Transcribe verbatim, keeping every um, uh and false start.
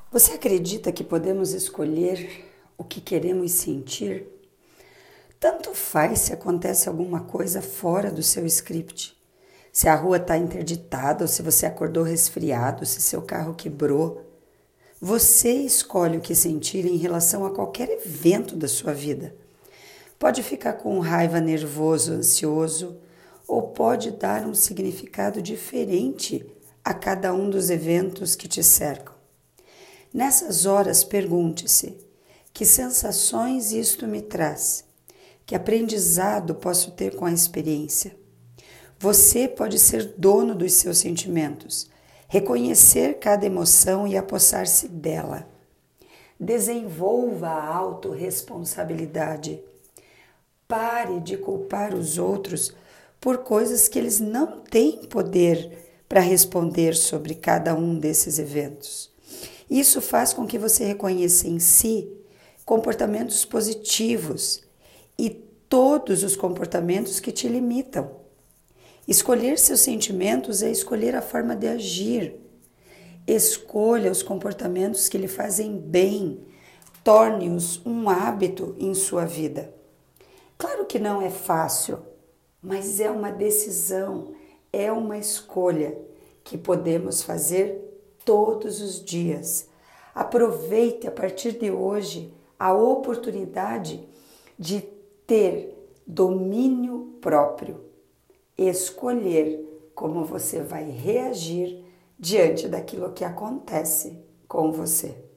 Você acredita que podemos escolher o que queremos sentir? Tanto faz se acontece alguma coisa fora do seu script. Se a rua está interditada ou se você acordou resfriado, se seu carro quebrou. Você escolhe o que sentir em relação a qualquer evento da sua vida. Pode ficar com raiva, nervoso, ansioso, ou pode dar um significado diferente a cada um dos eventos que te cercam. Nessas horas, pergunte-se: que sensações isto me traz? Que aprendizado posso ter com a experiência? Você pode ser dono dos seus sentimentos, reconhecer cada emoção e apossar-se dela. Desenvolva a autorresponsabilidade. Pare de culpar os outros por coisas que eles não têm poder para responder sobre cada um desses eventos. Isso faz com que você reconheça em si comportamentos positivos e todos os comportamentos que te limitam. Escolher seus sentimentos é escolher a forma de agir. Escolha os comportamentos que lhe fazem bem, torne-os um hábito em sua vida. Claro que não é fácil, mas é uma decisão, é uma escolha que podemos fazer todos os dias. Aproveite a partir de hoje a oportunidade de ter domínio próprio, escolher como você vai reagir diante daquilo que acontece com você.